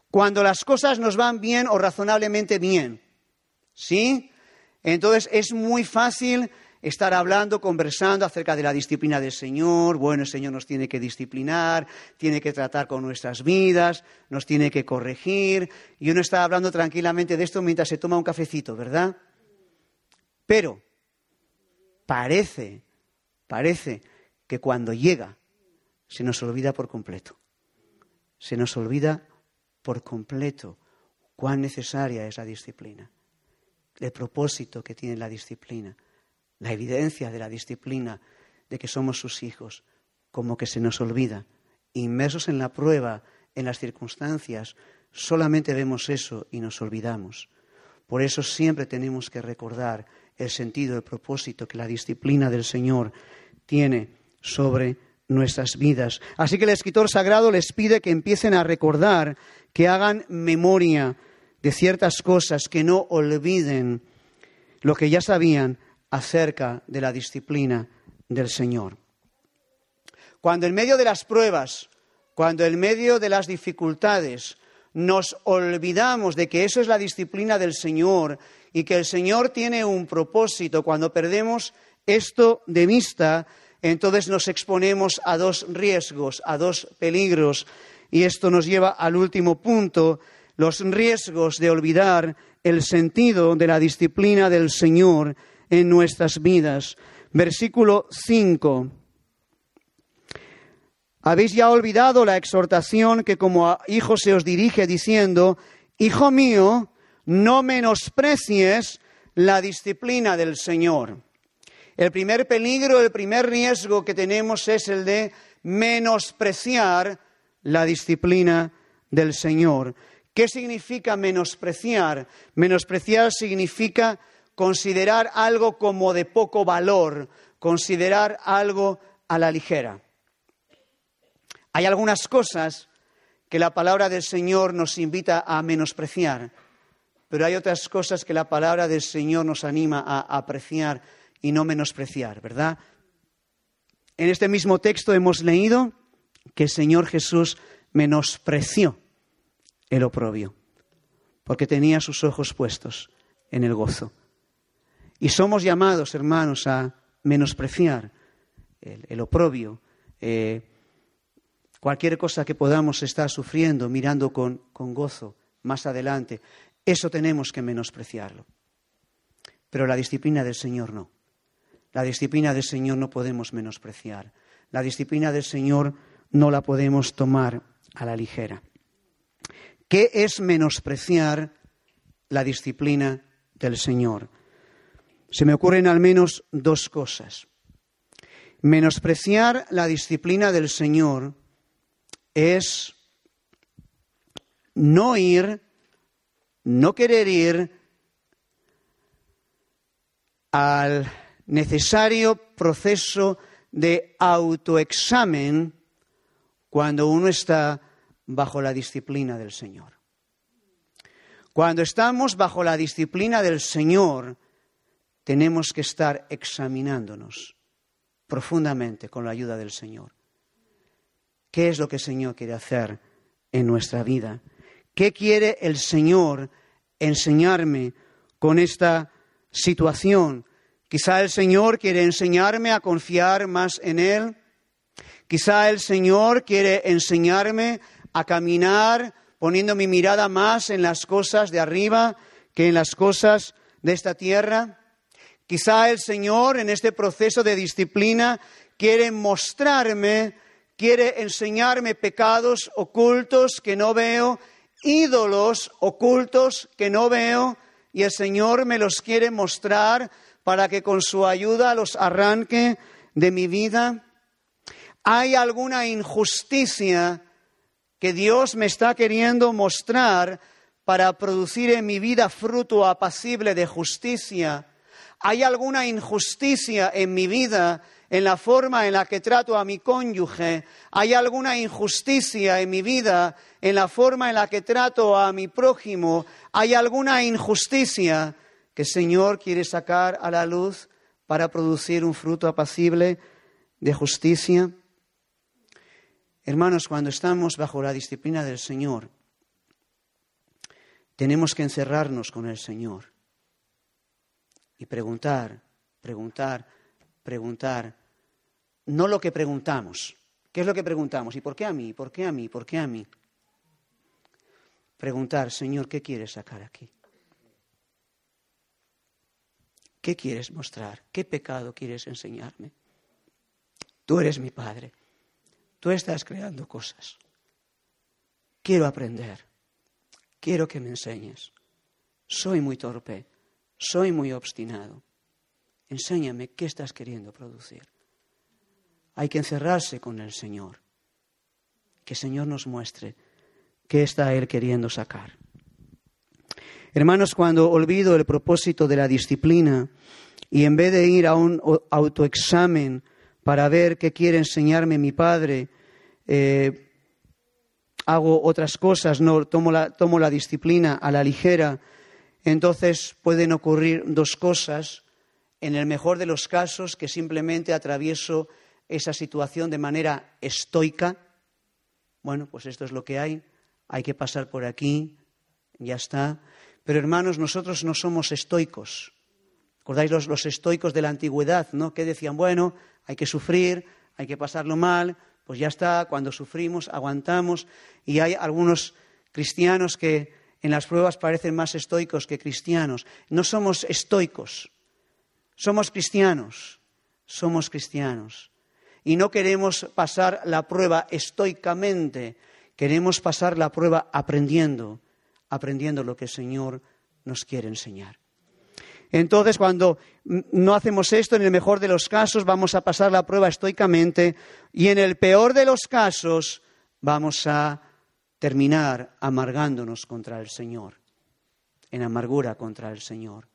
S1: cuando las cosas nos van bien o razonablemente bien. ¿Sí? Entonces es muy fácil estar hablando, conversando acerca de la disciplina del Señor. Bueno, el Señor nos tiene que disciplinar, tiene que tratar con nuestras vidas, nos tiene que corregir. Y uno está hablando tranquilamente de esto mientras se toma un cafecito, ¿verdad? Pero parece que cuando llega se nos olvida por completo. Se nos olvida por completo cuán necesaria es la disciplina, el propósito que tiene la disciplina, la evidencia de la disciplina, de que somos sus hijos, como que se nos olvida. Inmersos en la prueba, en las circunstancias, solamente vemos eso y nos olvidamos. Por eso siempre tenemos que recordar el sentido, el propósito que la disciplina del Señor tiene sobre nuestras vidas. Así que el escritor sagrado les pide que empiecen a recordar, que hagan memoria de ciertas cosas, que no olviden lo que ya sabían acerca de la disciplina del Señor. Cuando en medio de las pruebas, cuando en medio de las dificultades nos olvidamos de que eso es la disciplina del Señor y que el Señor tiene un propósito, cuando perdemos esto de vista, entonces nos exponemos a dos riesgos, a dos peligros. Y esto nos lleva al último punto, los riesgos de olvidar el sentido de la disciplina del Señor en nuestras vidas. Versículo 5. Habéis ya olvidado la exhortación que como a hijos se os dirige diciendo: Hijo mío, no menosprecies la disciplina del Señor. El primer peligro, el primer riesgo que tenemos es el de menospreciar la disciplina del Señor. ¿Qué significa menospreciar? Menospreciar significa considerar algo como de poco valor, considerar algo a la ligera. Hay algunas cosas que la palabra del Señor nos invita a menospreciar, pero hay otras cosas que la palabra del Señor nos anima a apreciar y no menospreciar, ¿verdad? En este mismo texto hemos leído que el Señor Jesús menospreció el oprobio, porque tenía sus ojos puestos en el gozo. Y somos llamados, hermanos, a menospreciar el oprobio, cualquier cosa que podamos estar sufriendo, mirando con gozo más adelante. Eso tenemos que menospreciarlo. Pero la disciplina del Señor no. La disciplina del Señor no podemos menospreciar. La disciplina del Señor no la podemos tomar a la ligera. ¿Qué es menospreciar la disciplina del Señor? Se me ocurren al menos dos cosas. Menospreciar la disciplina del Señor es no querer ir al necesario proceso de autoexamen cuando uno está bajo la disciplina del Señor. Cuando estamos bajo la disciplina del Señor, tenemos que estar examinándonos profundamente con la ayuda del Señor. ¿Qué es lo que el Señor quiere hacer en nuestra vida? ¿Qué quiere el Señor enseñarme con esta situación? Quizá el Señor quiere enseñarme a confiar más en Él. Quizá el Señor quiere enseñarme a caminar poniendo mi mirada más en las cosas de arriba que en las cosas de esta tierra. Quizá el Señor en este proceso de disciplina quiere enseñarme pecados ocultos que no veo, ídolos ocultos que no veo, y el Señor me los quiere mostrar para que con su ayuda los arranque de mi vida. ¿Hay alguna injusticia que Dios me está queriendo mostrar para producir en mi vida fruto apacible de justicia? ¿Hay alguna injusticia en mi vida en la forma en la que trato a mi cónyuge? ¿Hay alguna injusticia en mi vida en la forma en la que trato a mi prójimo? ¿Hay alguna injusticia que el Señor quiere sacar a la luz para producir un fruto apacible de justicia? Hermanos, cuando estamos bajo la disciplina del Señor, tenemos que encerrarnos con el Señor y preguntar. No lo que preguntamos. ¿Qué es lo que preguntamos? ¿Y por qué a mí? ¿Por qué a mí? ¿Por qué a mí? Preguntar, Señor, ¿qué quieres sacar aquí? ¿Qué quieres mostrar? ¿Qué pecado quieres enseñarme? Tú eres mi Padre. Tú estás creando cosas. Quiero aprender. Quiero que me enseñes. Soy muy torpe. Soy muy obstinado. Enséñame qué estás queriendo producir. Hay que encerrarse con el Señor. Que el Señor nos muestre qué está Él queriendo sacar. Hermanos, cuando olvido el propósito de la disciplina y en vez de ir a un autoexamen para ver qué quiere enseñarme mi Padre, hago otras cosas, no tomo la disciplina a la ligera, entonces pueden ocurrir dos cosas. En el mejor de los casos, que simplemente atravieso esa situación de manera estoica. Bueno, pues esto es lo que hay que pasar por aquí, ya está. Pero hermanos, nosotros no somos estoicos. ¿Recordáis los estoicos de la antigüedad, ¿no? Que decían, bueno, hay que sufrir, hay que pasarlo mal, pues ya está, cuando sufrimos, aguantamos. Y hay algunos cristianos que en las pruebas parecen más estoicos que cristianos. No somos estoicos, somos cristianos. Y no queremos pasar la prueba estoicamente, queremos pasar la prueba aprendiendo lo que el Señor nos quiere enseñar. Entonces, cuando no hacemos esto, en el mejor de los casos vamos a pasar la prueba estoicamente y en el peor de los casos vamos a terminar amargándonos contra el Señor, en amargura contra el Señor.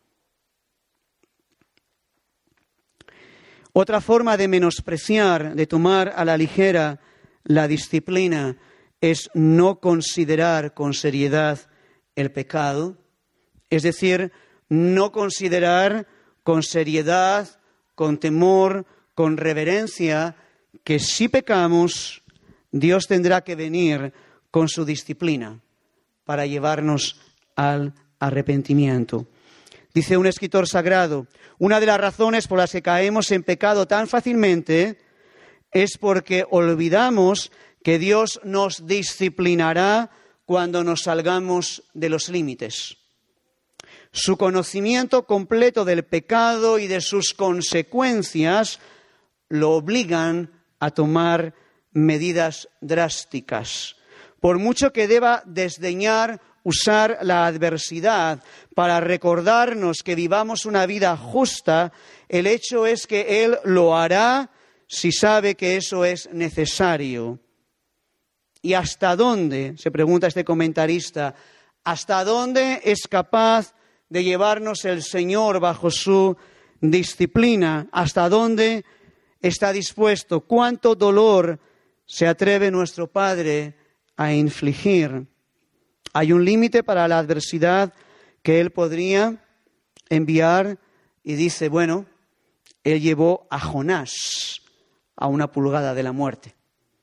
S1: Otra forma de menospreciar, de tomar a la ligera la disciplina, es no considerar con seriedad el pecado, es decir, no considerar con seriedad, con temor, con reverencia, que si pecamos, Dios tendrá que venir con su disciplina para llevarnos al arrepentimiento. Dice un escritor sagrado, una de las razones por las que caemos en pecado tan fácilmente es porque olvidamos que Dios nos disciplinará cuando nos salgamos de los límites. Su conocimiento completo del pecado y de sus consecuencias lo obligan a tomar medidas drásticas. Por mucho que deba desdeñar usar la adversidad para recordarnos que vivamos una vida justa, el hecho es que Él lo hará si sabe que eso es necesario. ¿Y hasta dónde, se pregunta este comentarista, hasta dónde es capaz de llevarnos el Señor bajo su disciplina? ¿Hasta dónde está dispuesto? ¿Cuánto dolor se atreve nuestro Padre a infligir? Hay un límite para la adversidad que Él podría enviar y dice, bueno, Él llevó a Jonás a una pulgada de la muerte.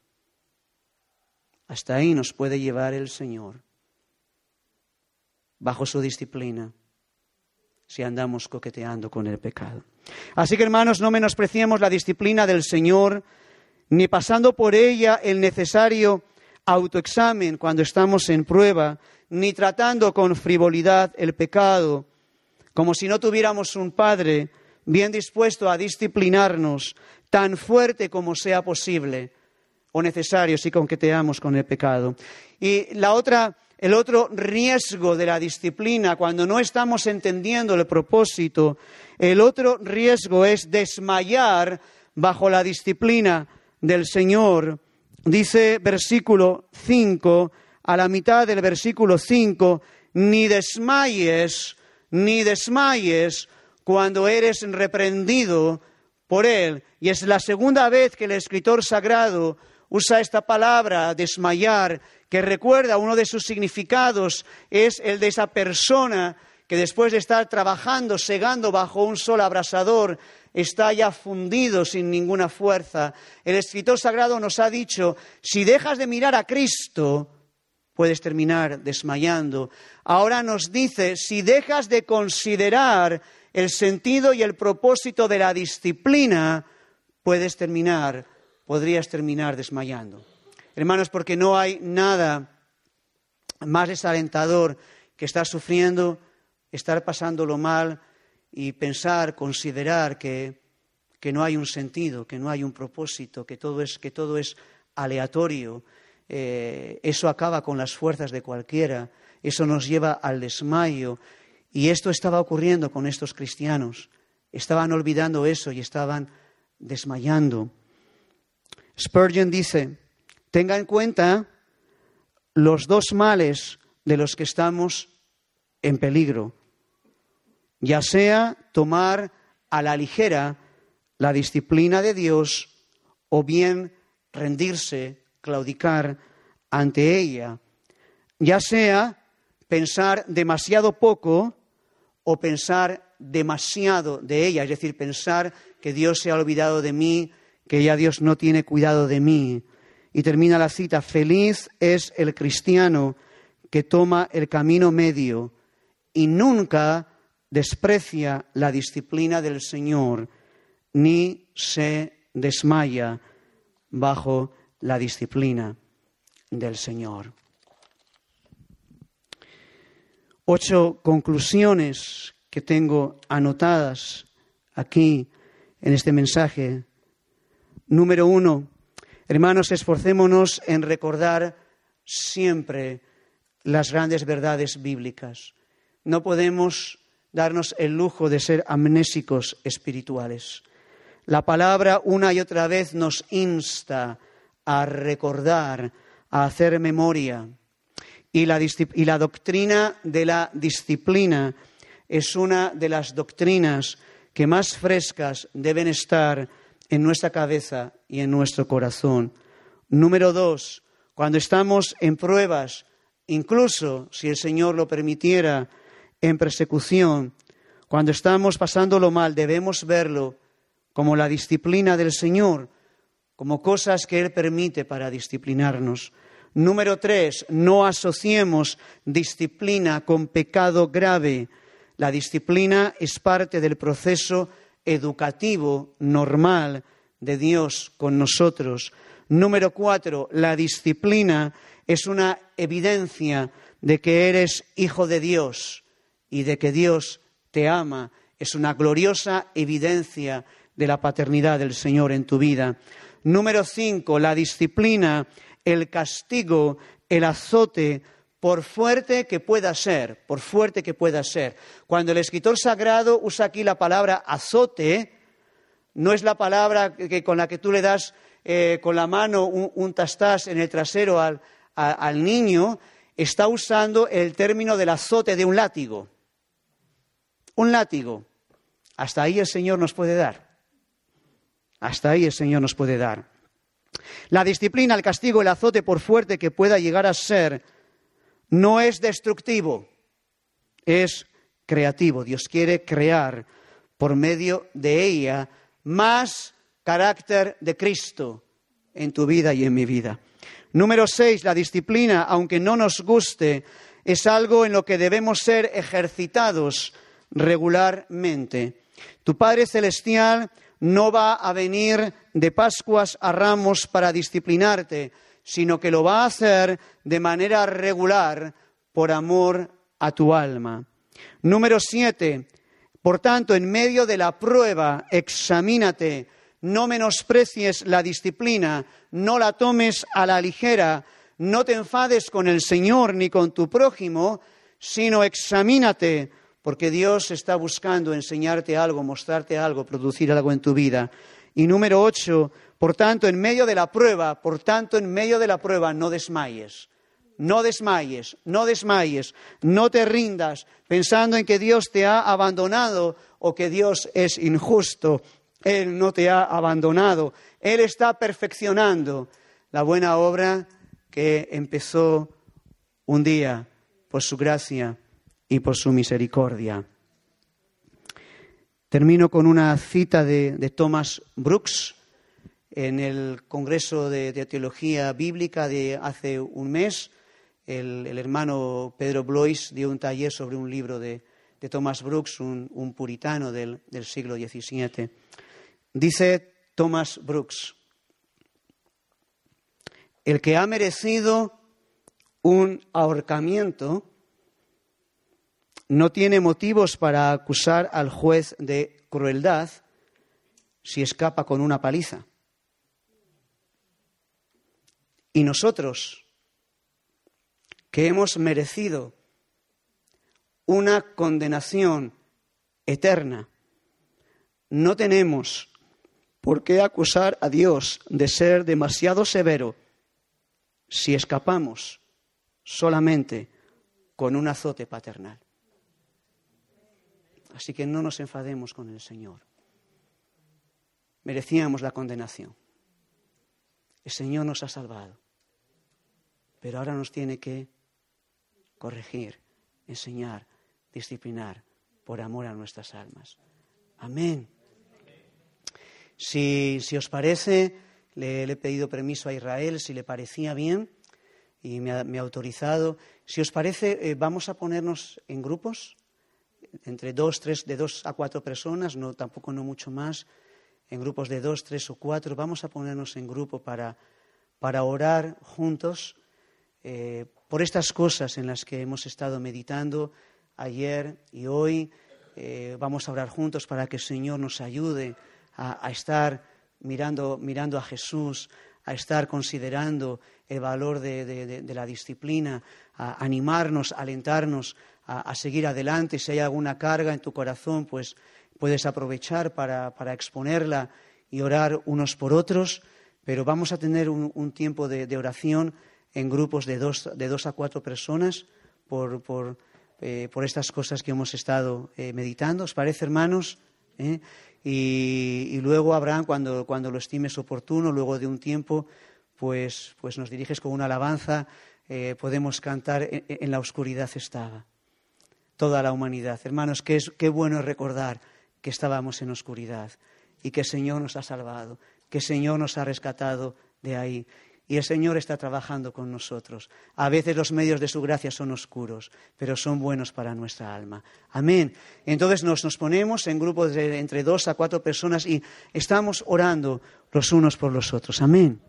S1: Hasta ahí nos puede llevar el Señor, bajo su disciplina, si andamos coqueteando con el pecado. Así que, hermanos, no menospreciemos la disciplina del Señor, ni pasando por ella el necesario autoexamen cuando estamos en prueba, ni tratando con frivolidad el pecado, como si no tuviéramos un Padre bien dispuesto a disciplinarnos tan fuerte como sea posible o necesario si coqueteamos con el pecado. Y el otro riesgo de la disciplina, cuando no estamos entendiendo el propósito, el otro riesgo es desmayar bajo la disciplina del Señor. Dice versículo 5, a la mitad del versículo 5, ni desmayes cuando eres reprendido por Él. Y es la segunda vez que el escritor sagrado usa esta palabra, desmayar, que recuerda uno de sus significados, es el de esa persona que después de estar trabajando, segando bajo un sol abrasador, está ya fundido sin ninguna fuerza. El escritor sagrado nos ha dicho, si dejas de mirar a Cristo, puedes terminar desmayando. Ahora nos dice, si dejas de considerar el sentido y el propósito de la disciplina, podrías terminar desmayando. Hermanos, porque no hay nada más desalentador que estar sufriendo, estar pasándolo mal y considerar que no hay un sentido, que no hay un propósito, que todo es aleatorio. Eso acaba con las fuerzas de cualquiera, eso nos lleva al desmayo. Y esto estaba ocurriendo con estos cristianos. Estaban olvidando eso y estaban desmayando. Spurgeon dice, tenga en cuenta los dos males de los que estamos en peligro, ya sea tomar a la ligera la disciplina de Dios o bien rendirse, claudicar ante ella, ya sea pensar demasiado poco o pensar demasiado de ella, es decir, pensar que Dios se ha olvidado de mí, que ya Dios no tiene cuidado de mí. Y termina la cita, feliz es el cristiano que toma el camino medio y nunca desprecia la disciplina del Señor, ni se desmaya bajo la disciplina del Señor. 8 conclusiones que tengo anotadas aquí en este mensaje. Número 1, hermanos, esforcémonos en recordar siempre las grandes verdades bíblicas. No podemos darnos el lujo de ser amnésicos espirituales. La palabra una y otra vez nos insta a recordar, a hacer memoria. Y la doctrina de la disciplina es una de las doctrinas que más frescas deben estar en nuestra cabeza y en nuestro corazón. Número 2, cuando estamos en pruebas, incluso si el Señor lo permitiera, en persecución, cuando estamos pasándolo mal, debemos verlo como la disciplina del Señor, como cosas que Él permite para disciplinarnos. Número 3, no asociemos disciplina con pecado grave. La disciplina es parte del proceso educativo normal de Dios con nosotros. Número 4, la disciplina es una evidencia de que eres hijo de Dios y de que Dios te ama. Es una gloriosa evidencia de la paternidad del Señor en tu vida. Número 5, la disciplina, el castigo, el azote, por fuerte que pueda ser. Cuando el escritor sagrado usa aquí la palabra azote, no es la palabra con la que tú le das con la mano un tastás en el trasero al niño, está usando el término del azote de un látigo. Un látigo. Hasta ahí el Señor nos puede dar. La disciplina, el castigo, el azote, por fuerte que pueda llegar a ser, no es destructivo, es creativo. Dios quiere crear por medio de ella más carácter de Cristo en tu vida y en mi vida. Número 6, la disciplina, aunque no nos guste, es algo en lo que debemos ser ejercitados regularmente. Tu Padre Celestial no va a venir de Pascuas a Ramos para disciplinarte, sino que lo va a hacer de manera regular por amor a tu alma. Número 7, por tanto, en medio de la prueba, examínate, no menosprecies la disciplina, no la tomes a la ligera, no te enfades con el Señor ni con tu prójimo, sino examínate, porque Dios está buscando enseñarte algo, mostrarte algo, producir algo en tu vida. Y número 8, por tanto, en medio de la prueba, no desmayes. No desmayes, no te rindas pensando en que Dios te ha abandonado o que Dios es injusto. Él no te ha abandonado. Él está perfeccionando la buena obra que empezó un día por su gracia y por su misericordia. Termino con una cita de Thomas Brooks en el Congreso de Teología Bíblica de hace un mes. el hermano Pedro Blois dio un taller sobre un libro de Thomas Brooks, un puritano del siglo XVII. Dice Thomas Brooks: el que ha merecido un ahorcamiento no tiene motivos para acusar al juez de crueldad si escapa con una paliza. Y nosotros, que hemos merecido una condenación eterna, no tenemos por qué acusar a Dios de ser demasiado severo si escapamos solamente con un azote paternal. Así que no nos enfademos con el Señor. Merecíamos la condenación. El Señor nos ha salvado. Pero ahora nos tiene que corregir, enseñar, disciplinar por amor a nuestras almas. Amén. Si os parece, le he pedido permiso a Israel, si le parecía bien, y me ha autorizado. Si os parece, vamos a ponernos en grupos, entre de 2 a 4 personas, tampoco mucho más, en grupos de 2, 3 o 4. Vamos a ponernos en grupo para orar juntos por estas cosas en las que hemos estado meditando ayer y hoy. Vamos a orar juntos para que el Señor nos ayude a estar mirando a Jesús, a estar considerando el valor de la disciplina, a animarnos, a alentarnos a seguir adelante. Si hay alguna carga en tu corazón, pues puedes aprovechar para exponerla y orar unos por otros, pero vamos a tener un tiempo de oración en grupos de 2 a 4 personas por estas cosas que hemos estado meditando. ¿Os parece, hermanos? Y luego, Abraham, cuando lo estimes oportuno, luego de un tiempo, pues nos diriges con una alabanza. Podemos cantar En la oscuridad estaba toda la humanidad. Hermanos, qué bueno es recordar que estábamos en oscuridad y que el Señor nos ha salvado, que el Señor nos ha rescatado de ahí. Y el Señor está trabajando con nosotros. A veces los medios de su gracia son oscuros, pero son buenos para nuestra alma. Amén. Entonces nos ponemos en grupos de entre 2 a 4 personas y estamos orando los unos por los otros. Amén.